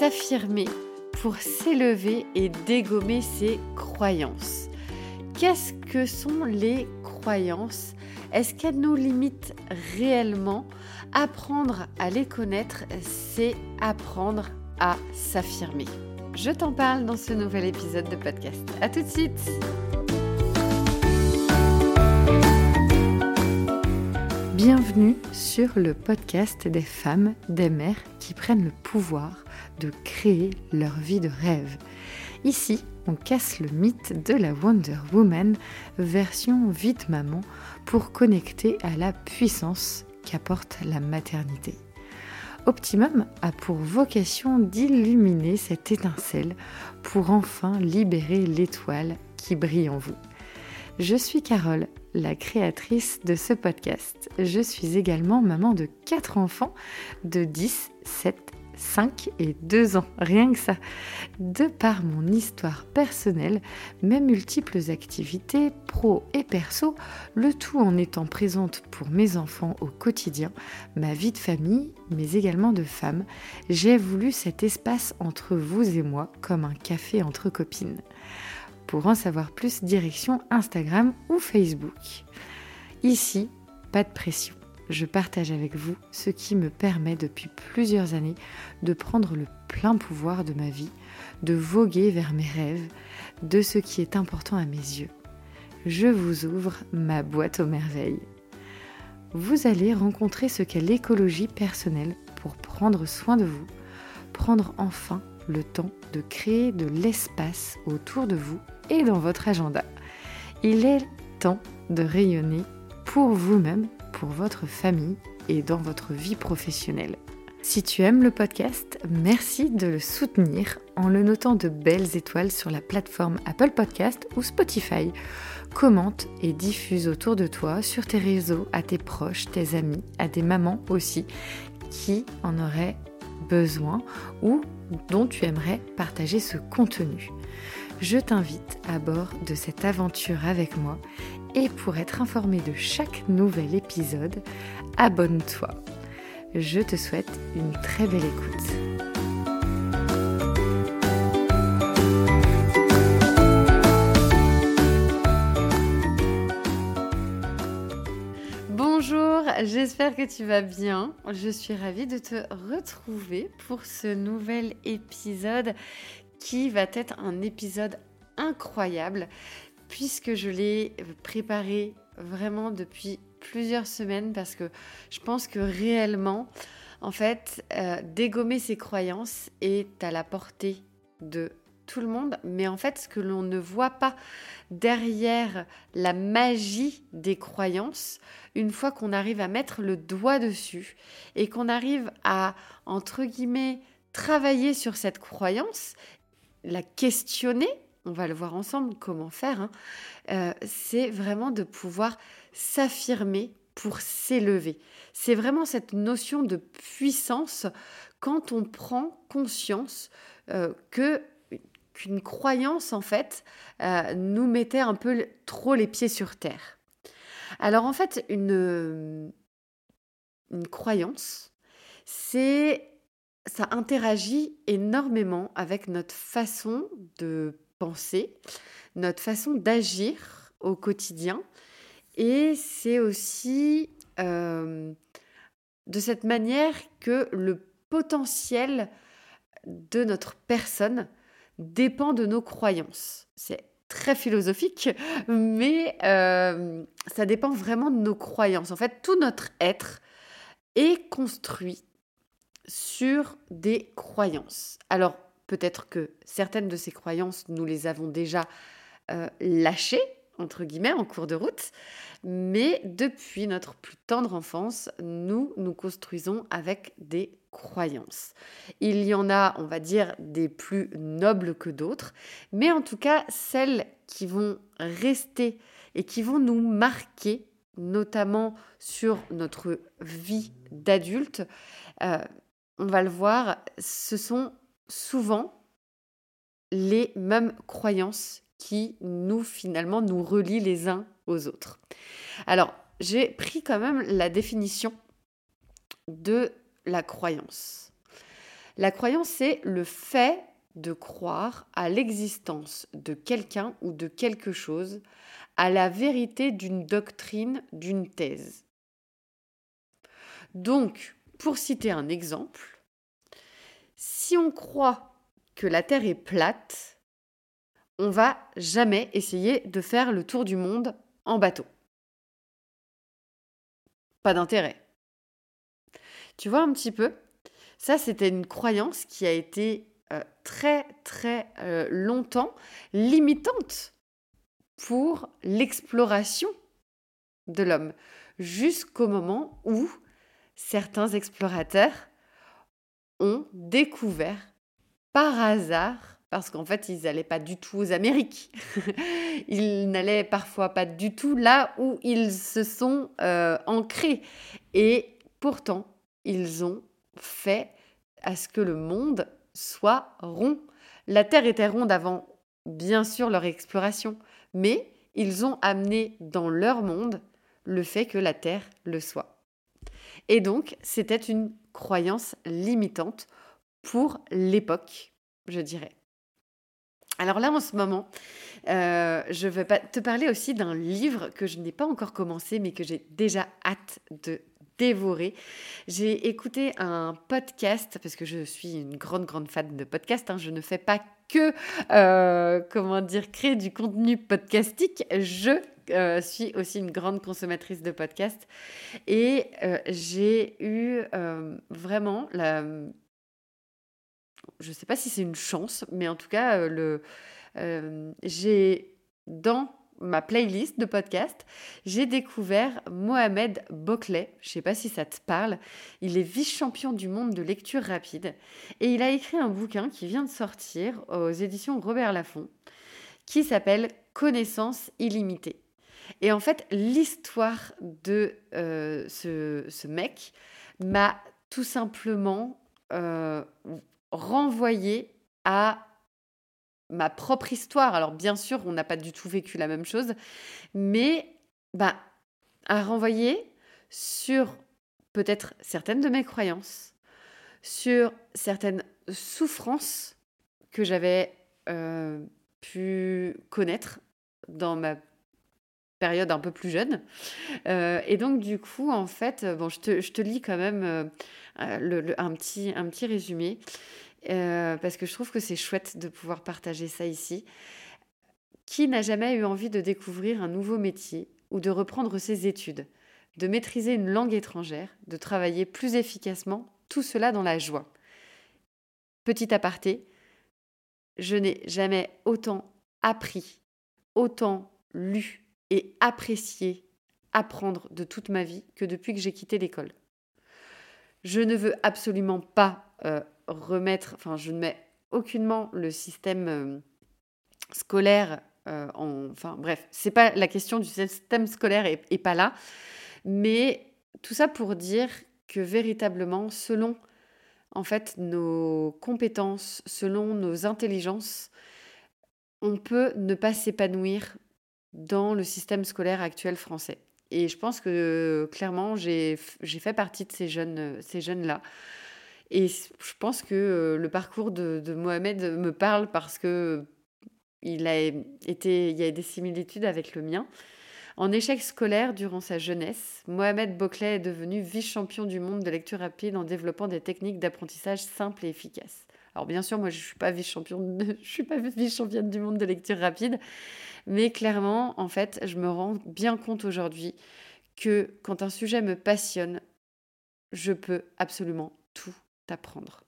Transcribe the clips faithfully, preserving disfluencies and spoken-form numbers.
s'affirmer pour s'élever et dégommer ses croyances. Qu'est-ce que sont les croyances ? Est-ce qu'elles nous limitent réellement ? Apprendre à les connaître, c'est apprendre à s'affirmer. Je t'en parle dans ce nouvel épisode de podcast. À tout de suite. Bienvenue sur le podcast des femmes, des mères qui prennent le pouvoir de créer leur vie de rêve. Ici, on casse le mythe de la Wonder Woman version vite maman pour connecter à la puissance qu'apporte la maternité. Optimum a pour vocation d'illuminer cette étincelle pour enfin libérer l'étoile qui brille en vous. Je suis Carole, la créatrice de ce podcast. Je suis également maman de quatre enfants de dix, sept, cinq et deux ans, rien que ça. De par mon histoire personnelle, mes multiples activités pro et perso, le tout en étant présente pour mes enfants au quotidien, ma vie de famille, mais également de femme, j'ai voulu cet espace entre vous et moi comme un café entre copines. Pour en savoir plus, direction Instagram ou Facebook. Ici, pas de pression. Je partage avec vous ce qui me permet depuis plusieurs années de prendre le plein pouvoir de ma vie, de voguer vers mes rêves, de ce qui est important à mes yeux. Je vous ouvre ma boîte aux merveilles. Vous allez rencontrer ce qu'est l'écologie personnelle pour prendre soin de vous, prendre enfin le temps de créer de l'espace autour de vous et dans votre agenda. Il est temps de rayonner pour vous-même, pour votre famille et dans votre vie professionnelle. Si tu aimes le podcast, merci de le soutenir en le notant de belles étoiles sur la plateforme Apple Podcast ou Spotify. Commente et diffuse autour de toi, sur tes réseaux, à tes proches, tes amis, à des mamans aussi, qui en auraient besoin ou dont tu aimerais partager ce contenu. Je t'invite à bord de cette aventure avec moi et pour être informé de chaque nouvel épisode, abonne-toi. Je te souhaite une très belle écoute. Bonjour, j'espère que tu vas bien. Je suis ravie de te retrouver pour ce nouvel épisode qui va être un épisode incroyable puisque je l'ai préparé vraiment depuis plusieurs semaines parce que je pense que réellement, en fait, euh, dégommer ses croyances est à la portée de tout le monde, mais en fait, ce que l'on ne voit pas derrière la magie des croyances, une fois qu'on arrive à mettre le doigt dessus et qu'on arrive à, entre guillemets, travailler sur cette croyance, la questionner, on va le voir ensemble comment faire, hein, euh, c'est vraiment de pouvoir s'affirmer pour s'élever. C'est vraiment cette notion de puissance quand on prend conscience euh, que qu'une croyance, en fait, euh, nous mettait un peu trop les pieds sur terre. Alors, en fait, une, une croyance, c'est, ça interagit énormément avec notre façon de penser, notre façon d'agir au quotidien. Et c'est aussi euh, de cette manière que le potentiel de notre personne dépend de nos croyances. C'est très philosophique, mais euh, ça dépend vraiment de nos croyances. En fait, tout notre être est construit sur des croyances. Alors, peut-être que certaines de ces croyances, nous les avons déjà euh, lâchées, entre guillemets, en cours de route, mais depuis notre plus tendre enfance, nous nous construisons avec des croyances. Il y en a, on va dire, des plus nobles que d'autres, mais en tout cas, celles qui vont rester et qui vont nous marquer, notamment sur notre vie d'adulte, euh, on va le voir, ce sont souvent les mêmes croyances qui nous, finalement, nous relient les uns aux autres. Alors, j'ai pris quand même la définition de la croyance. La croyance, c'est le fait de croire à l'existence de quelqu'un ou de quelque chose, à la vérité d'une doctrine, d'une thèse. Donc, pour citer un exemple, si on croit que la Terre est plate, on va jamais essayer de faire le tour du monde en bateau. Pas d'intérêt. Tu vois un petit peu? Ça, c'était une croyance qui a été euh, très, très euh, longtemps limitante pour l'exploration de l'homme, jusqu'au moment où certains explorateurs ont découvert par hasard, parce qu'en fait, ils n'allaient pas du tout aux Amériques. Ils n'allaient parfois pas du tout là où ils se sont euh, ancrés. Et pourtant, ils ont fait à ce que le monde soit rond. La Terre était ronde avant, bien sûr, leur exploration, mais ils ont amené dans leur monde le fait que la Terre le soit. Et donc, c'était une croyance limitante pour l'époque, je dirais. Alors là, en ce moment, euh, je vais pas te parler aussi d'un livre que je n'ai pas encore commencé, mais que j'ai déjà hâte de dévorer. J'ai écouté un podcast, parce que je suis une grande, grande fan de podcast. Hein, je ne fais pas que, euh, comment dire, créer du contenu podcastique. Je euh, suis aussi une grande consommatrice de podcasts. Et euh, j'ai eu euh, vraiment la... Je ne sais pas si c'est une chance, mais en tout cas, euh, le, euh, j'ai dans ma playlist de podcast, j'ai découvert Mohamed Boclet. Je ne sais pas si ça te parle. Il est vice-champion du monde de lecture rapide et il a écrit un bouquin qui vient de sortir aux éditions Robert Laffont qui s'appelle Connaissance illimitée. Et en fait, l'histoire de euh, ce, ce mec m'a tout simplement euh, renvoyé à ma propre histoire. Alors bien sûr, on n'a pas du tout vécu la même chose, mais bah, à renvoyer sur peut-être certaines de mes croyances, sur certaines souffrances que j'avais euh, pu connaître dans ma période un peu plus jeune. Euh, et donc du coup, en fait, bon, je te, je te lis quand même euh, le, le- un, petit, un petit résumé. Euh, parce que je trouve que c'est chouette de pouvoir partager ça ici. Qui n'a jamais eu envie de découvrir un nouveau métier ou de reprendre ses études, de maîtriser une langue étrangère, de travailler plus efficacement, tout cela dans la joie. Petit aparté, je n'ai jamais autant appris, autant lu et apprécié apprendre de toute ma vie que depuis que j'ai quitté l'école. Je ne veux absolument pas euh, remettre, enfin je ne mets aucunement le système euh, scolaire euh, en, enfin bref, c'est pas la question du système scolaire est, est pas là, mais tout ça pour dire que véritablement, selon en fait nos compétences, selon nos intelligences, on peut ne pas s'épanouir dans le système scolaire actuel français. Et je pense que clairement, j'ai, j'ai fait partie de ces jeunes, ces jeunes-là. Et je pense que euh, le parcours de, de Mohamed me parle parce que il a été, il y a des similitudes avec le mien. En échec scolaire durant sa jeunesse, Mohamed Boclet est devenu vice-champion du monde de lecture rapide en développant des techniques d'apprentissage simples et efficaces. Alors bien sûr, moi je suis pas vice-championne, de- je suis pas vice-championne du monde de lecture rapide, mais clairement, en fait, je me rends bien compte aujourd'hui que quand un sujet me passionne, je peux absolument tout apprendre.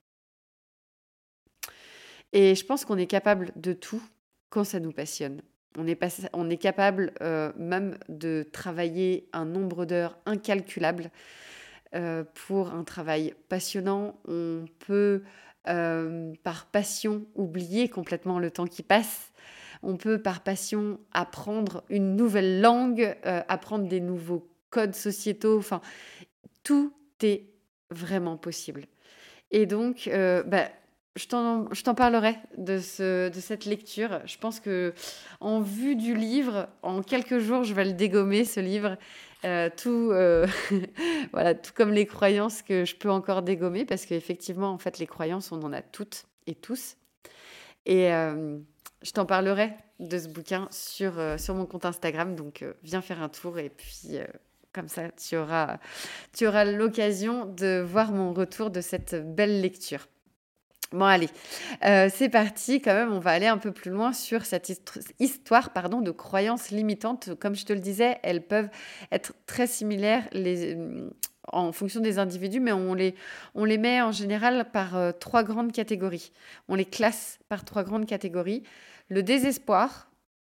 Et je pense qu'on est capable de tout quand ça nous passionne. On est, pas, on est capable euh, même de travailler un nombre d'heures incalculable euh, pour un travail passionnant. On peut, euh, par passion, oublier complètement le temps qui passe. On peut, par passion, apprendre une nouvelle langue, euh, apprendre des nouveaux codes sociétaux. Enfin, tout est vraiment possible. Et donc, euh, bah, je t'en, je t'en parlerai de, ce, de cette lecture. Je pense que en vue du livre, en quelques jours, je vais le dégommer, ce livre. Euh, tout, euh, voilà, tout comme les croyances que je peux encore dégommer, parce qu'effectivement, en fait, les croyances, on en a toutes et tous. Et euh, je t'en parlerai de ce bouquin sur, euh, sur mon compte Instagram. Donc, euh, viens faire un tour et puis, euh, comme ça, tu auras, tu auras l'occasion de voir mon retour de cette belle lecture. Bon, allez, euh, c'est parti. Quand même, on va aller un peu plus loin sur cette hist- histoire pardon, de croyances limitantes. Comme je te le disais, elles peuvent être très similaires les, euh, en fonction des individus, mais on les, on les met en général par euh, trois grandes catégories. On les classe par trois grandes catégories. Le désespoir,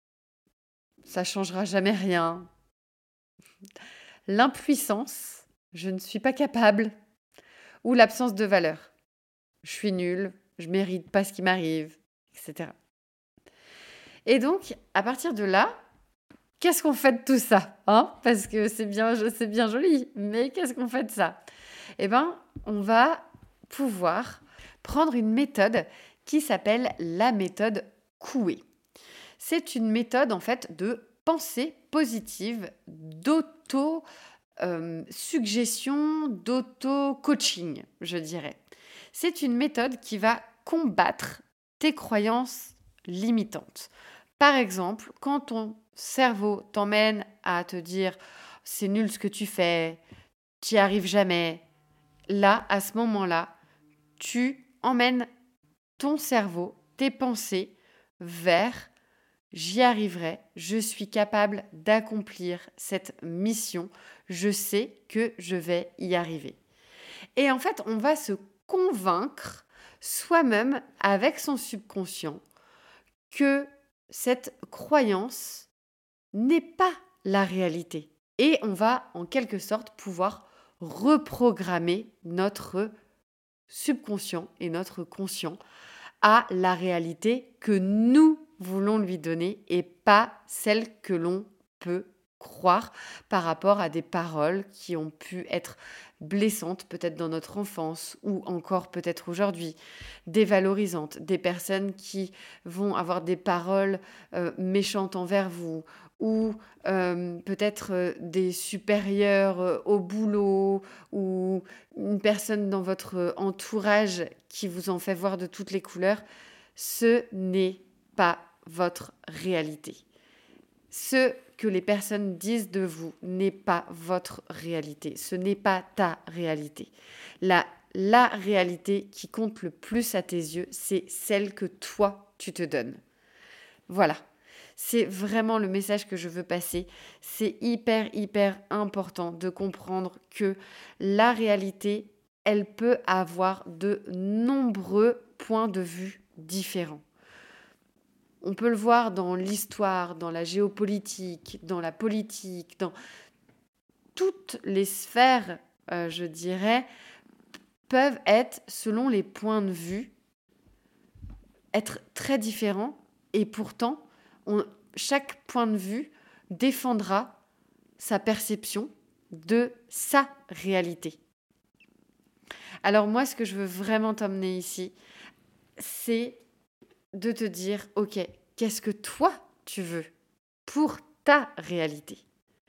ça changera jamais rien. L'impuissance, je ne suis pas capable. Ou l'absence de valeur. Je suis nulle, je mérite pas ce qui m'arrive, et cetera. Et donc, à partir de là, qu'est-ce qu'on fait de tout ça, hein? Parce que c'est bien, c'est bien joli, mais qu'est-ce qu'on fait de ça? Eh bien, on va pouvoir prendre une méthode qui s'appelle la méthode Coué. C'est une méthode, en fait, de pensée positive, d'auto euh, suggestion, d'auto-coaching, je dirais. C'est une méthode qui va combattre tes croyances limitantes. Par exemple, quand ton cerveau t'emmène à te dire c'est nul ce que tu fais, tu n'y arrives jamais, là, à ce moment-là, tu emmènes ton cerveau, tes pensées vers j'y arriverai, je suis capable d'accomplir cette mission, je sais que je vais y arriver. Et en fait, on va se convaincre soi-même avec son subconscient que cette croyance n'est pas la réalité. Et on va en quelque sorte pouvoir reprogrammer notre subconscient et notre conscient à la réalité que nous voulons lui donner et pas celle que l'on peut croire par rapport à des paroles qui ont pu être blessantes peut-être dans notre enfance ou encore peut-être aujourd'hui, dévalorisantes, des personnes qui vont avoir des paroles euh, méchantes envers vous ou euh, peut-être euh, des supérieurs euh, au boulot ou une personne dans votre entourage qui vous en fait voir de toutes les couleurs, ce n'est pas votre réalité. Ce que les personnes disent de vous n'est pas votre réalité. Ce n'est pas ta réalité. La, la réalité qui compte le plus à tes yeux, c'est celle que toi, tu te donnes. Voilà. C'est vraiment le message que je veux passer. C'est hyper, hyper important de comprendre que la réalité, elle peut avoir de nombreux points de vue différents. On peut le voir dans l'histoire, dans la géopolitique, dans la politique, dans toutes les sphères, euh, je dirais, peuvent être, selon les points de vue, être très différents. Et pourtant, on, chaque point de vue défendra sa perception de sa réalité. Alors moi, ce que je veux vraiment t'emmener ici, c'est de te dire, ok, qu'est-ce que toi tu veux pour ta réalité?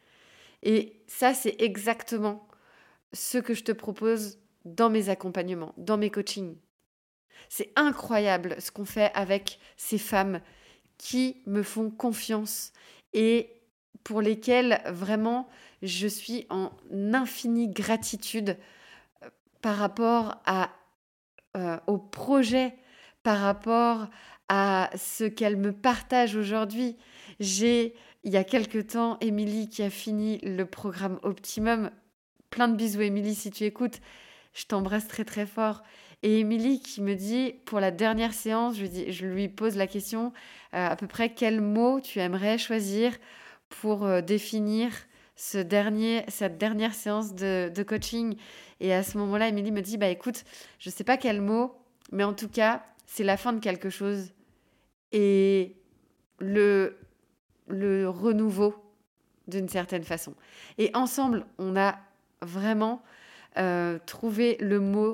Et ça, c'est exactement ce que je te propose dans mes accompagnements, dans mes coachings. C'est incroyable ce qu'on fait avec ces femmes qui me font confiance et pour lesquelles vraiment je suis en infinie gratitude par rapport à, euh, au projet, par rapport à ce qu'elles me partagent aujourd'hui. J'ai, il y a quelque temps, Émilie qui a fini le programme Optimum. Plein de bisous, Émilie, si tu écoutes. Je t'embrasse très très fort. Et Émilie qui me dit, pour la dernière séance, je lui, dis, je lui pose la question, euh, à peu près quel mot tu aimerais choisir pour euh, définir ce dernier, cette dernière séance de, de coaching. Et à ce moment-là, Émilie me dit, bah écoute, je ne sais pas quel mot, mais en tout cas, c'est la fin de quelque chose. Et le, le renouveau d'une certaine façon. Et ensemble, on a vraiment euh, trouvé le mot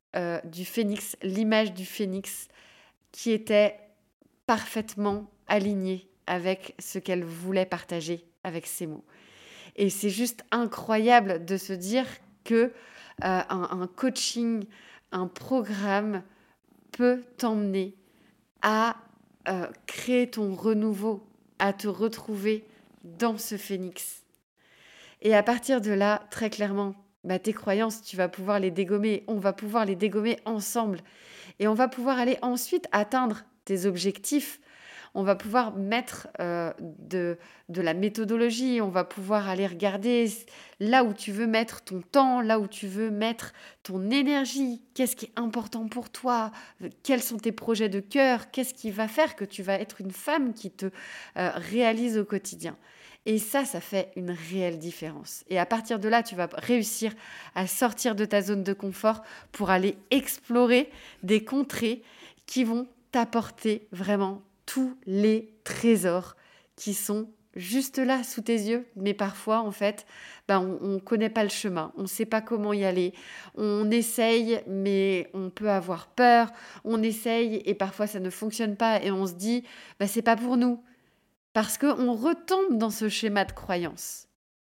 euh, du phénix, l'image du phénix qui était parfaitement alignée avec ce qu'elle voulait partager avec ses mots. Et c'est juste incroyable de se dire que euh, un, un coaching, un programme peut t'emmener à euh, créer ton renouveau, à te retrouver dans ce phénix. Et à partir de là, très clairement, bah, tes croyances, tu vas pouvoir les dégommer. On va pouvoir les dégommer ensemble. Et on va pouvoir aller ensuite atteindre tes objectifs. On va pouvoir mettre euh, de, de la méthodologie. On va pouvoir aller regarder là où tu veux mettre ton temps, là où tu veux mettre ton énergie. Qu'est-ce qui est important pour toi? Quels sont tes projets de cœur? Qu'est-ce qui va faire que tu vas être une femme qui te euh, réalise au quotidien? Et ça, ça fait une réelle différence. Et à partir de là, tu vas réussir à sortir de ta zone de confort pour aller explorer des contrées qui vont t'apporter vraiment tous les trésors qui sont juste là sous tes yeux. Mais parfois, en fait, ben, on ne connaît pas le chemin. On ne sait pas comment y aller. On essaye, mais on peut avoir peur. On essaye et parfois, ça ne fonctionne pas. Et on se dit, ben, c'est pas pour nous. Parce qu'on retombe dans ce schéma de croyance.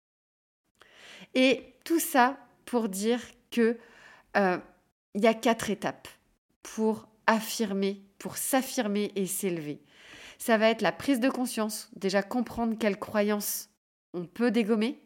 Et tout ça pour dire qu'il euh, y a quatre étapes pour affirmer, pour s'affirmer et s'élever. Ça va être la prise de conscience, déjà comprendre quelles croyances on peut dégommer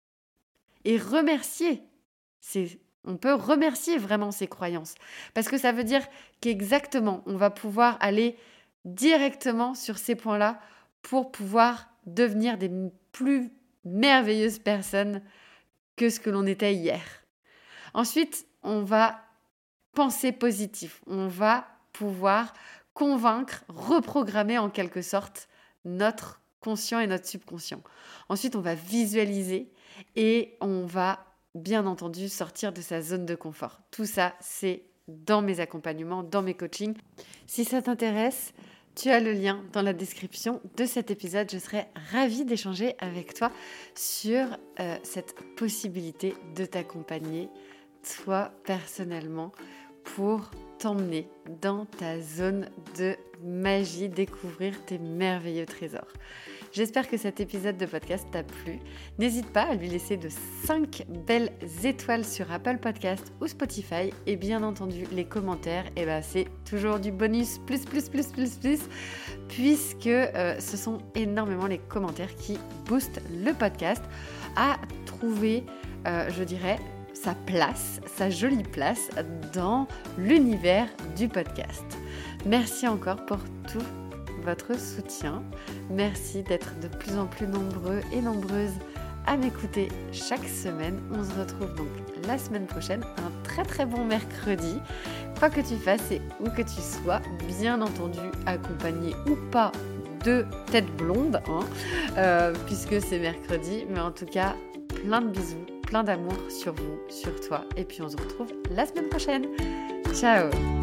et remercier. C'est, on peut remercier vraiment ces croyances. Parce que ça veut dire qu'exactement, on va pouvoir aller directement sur ces points-là pour pouvoir devenir des plus merveilleuses personnes que ce que l'on était hier. Ensuite, on va penser positif. On va pouvoir convaincre, reprogrammer en quelque sorte notre conscient et notre subconscient. Ensuite, on va visualiser et on va bien entendu sortir de sa zone de confort. Tout ça, c'est dans mes accompagnements, dans mes coachings. Si ça t'intéresse, tu as le lien dans la description de cet épisode. Je serais ravie d'échanger avec toi sur euh, cette possibilité de t'accompagner, toi personnellement, pour t'emmener dans ta zone de magie, découvrir tes merveilleux trésors. J'espère que cet épisode de podcast t'a plu. N'hésite pas à lui laisser de cinq belles étoiles sur Apple Podcast ou Spotify. Et bien entendu, les commentaires, eh ben, c'est toujours du bonus plus, plus, plus, plus, plus, puisque euh, ce sont énormément les commentaires qui boostent le podcast à trouver, euh, je dirais, sa place, sa jolie place dans l'univers du podcast. Merci encore pour tout votre soutien. Merci d'être de plus en plus nombreux et nombreuses à m'écouter chaque semaine. On se retrouve donc la semaine prochaine, un très très bon mercredi. Quoi que tu fasses et où que tu sois, bien entendu accompagné ou pas de tête blonde, hein, euh, puisque c'est mercredi. Mais en tout cas, plein de bisous, plein d'amour sur vous, sur toi. Et puis on se retrouve la semaine prochaine. Ciao!